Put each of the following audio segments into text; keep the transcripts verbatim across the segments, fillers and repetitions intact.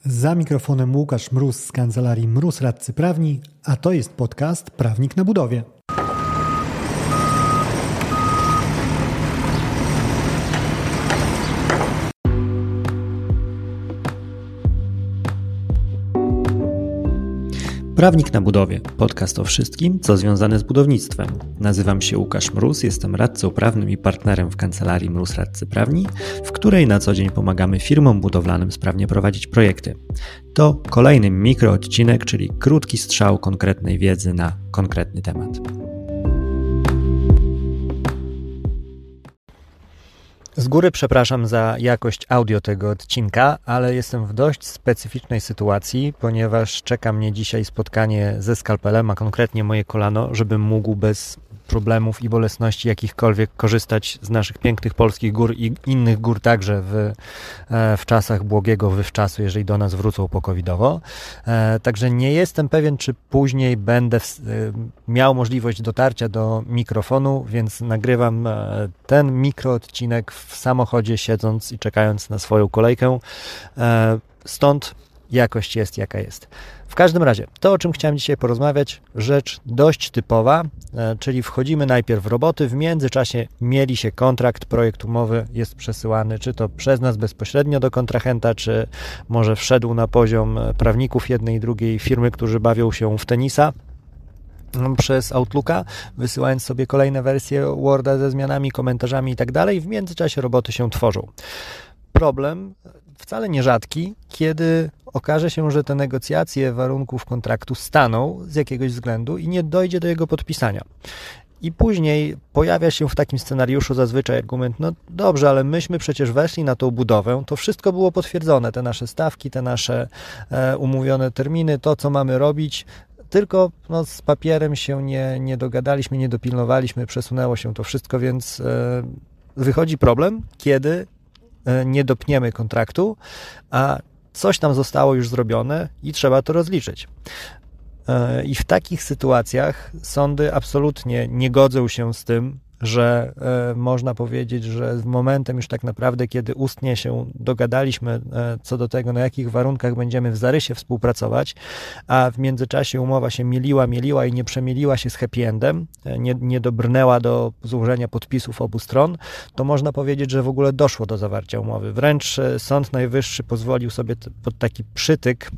Za mikrofonem Łukasz Mróz z kancelarii Mróz Radcy Prawni, a to jest podcast Prawnik na budowie. Prawnik na budowie, podcast o wszystkim, co związane z budownictwem. Nazywam się Łukasz Mróz, jestem radcą prawnym i partnerem w kancelarii Mróz Radcy Prawni, w której na co dzień pomagamy firmom budowlanym sprawnie prowadzić projekty. To kolejny mikroodcinek, czyli krótki strzał konkretnej wiedzy na konkretny temat. Z góry przepraszam za jakość audio tego odcinka, ale jestem w dość specyficznej sytuacji, ponieważ czeka mnie dzisiaj spotkanie ze skalpelem, a konkretnie moje kolano, żebym mógł bez problemów i bolesności jakichkolwiek korzystać z naszych pięknych polskich gór i innych gór także w, w czasach błogiego wywczasu, jeżeli do nas wrócą po covidowo. Także nie jestem pewien, czy później będę w, miał możliwość dotarcia do mikrofonu, więc nagrywam ten mikroodcinek w samochodzie, siedząc i czekając na swoją kolejkę. Stąd jakość jest jaka jest. W każdym razie, to o czym chciałem dzisiaj porozmawiać, rzecz dość typowa, czyli wchodzimy najpierw w roboty, w międzyczasie mieli się kontrakt, projekt umowy jest przesyłany, czy to przez nas bezpośrednio do kontrahenta, czy może wszedł na poziom prawników jednej i drugiej firmy, którzy bawią się w tenisa przez Outlooka, wysyłając sobie kolejne wersje Worda ze zmianami, komentarzami i tak dalej. W międzyczasie roboty się tworzą. Problem wcale nie rzadki, kiedy okaże się, że te negocjacje warunków kontraktu staną z jakiegoś względu i nie dojdzie do jego podpisania. I później pojawia się w takim scenariuszu zazwyczaj argument, no dobrze, ale myśmy przecież weszli na tą budowę, to wszystko było potwierdzone, te nasze stawki, te nasze e, umówione terminy, to co mamy robić, tylko no, z papierem się nie, nie dogadaliśmy, nie dopilnowaliśmy, przesunęło się to wszystko, więc e, wychodzi problem, kiedy e, nie dopniemy kontraktu, a coś tam zostało już zrobione i trzeba to rozliczyć. E, I w takich sytuacjach sądy absolutnie nie godzą się z tym, że e, można powiedzieć, że momentem już tak naprawdę, kiedy ustnie się dogadaliśmy e, co do tego, na jakich warunkach będziemy w zarysie współpracować, a w międzyczasie umowa się mieliła, mieliła i nie przemieliła się z happy endem, e, nie, nie dobrnęła do złożenia podpisów obu stron, to można powiedzieć, że w ogóle doszło do zawarcia umowy. Wręcz e, Sąd Najwyższy pozwolił sobie t- pod taki przytyk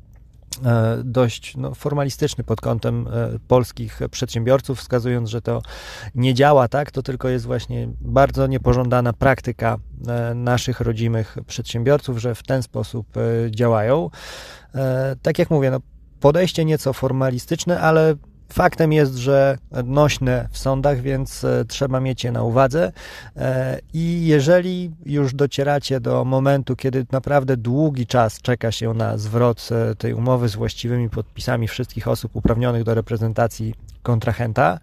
dość no, formalistyczny pod kątem polskich przedsiębiorców, wskazując, że to nie działa tak, to tylko jest właśnie bardzo niepożądana praktyka naszych rodzimych przedsiębiorców, że w ten sposób działają. Tak jak mówię, no, podejście nieco formalistyczne, ale faktem jest, że nośne w sądach, więc trzeba mieć je na uwadze i jeżeli już docieracie do momentu, kiedy naprawdę długi czas czeka się na zwrot tej umowy z właściwymi podpisami wszystkich osób uprawnionych do reprezentacji kontrahenta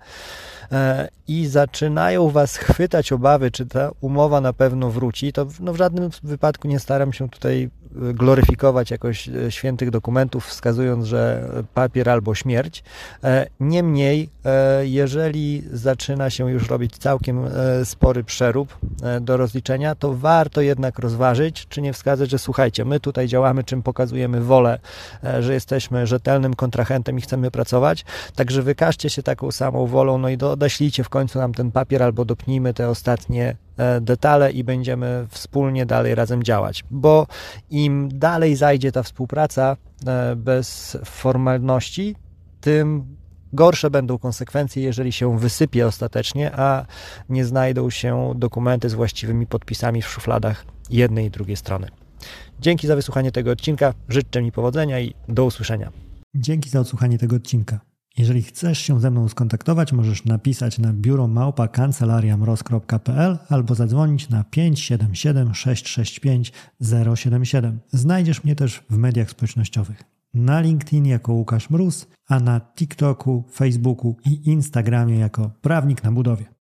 i zaczynają was chwytać obawy, czy ta umowa na pewno wróci, to no w żadnym wypadku nie staram się tutaj gloryfikować jakoś świętych dokumentów, wskazując, że papier albo śmierć. Niemniej, jeżeli zaczyna się już robić całkiem spory przerób do rozliczenia, to warto jednak rozważyć, czy nie wskazać, że słuchajcie, my tutaj działamy, czym pokazujemy wolę, że jesteśmy rzetelnym kontrahentem i chcemy pracować, także wykażcie się taką samą wolą, no i odeślijcie w końcu nam ten papier albo dopnijmy te ostatnie detale i będziemy wspólnie dalej razem działać, bo im dalej zajdzie ta współpraca bez formalności, tym gorsze będą konsekwencje, jeżeli się wysypie ostatecznie, a nie znajdą się dokumenty z właściwymi podpisami w szufladach jednej i drugiej strony. Dzięki za wysłuchanie tego odcinka, życzę mi powodzenia i do usłyszenia. Dzięki za odsłuchanie tego odcinka. Jeżeli chcesz się ze mną skontaktować, możesz napisać na biuro małpa kancelaria mroz kropka p l albo zadzwonić na pięć siedem siedem sześć sześć pięć zero siedem siedem. Znajdziesz mnie też w mediach społecznościowych. Na LinkedIn jako Łukasz Mróz, a na TikToku, Facebooku i Instagramie jako Prawnik na budowie.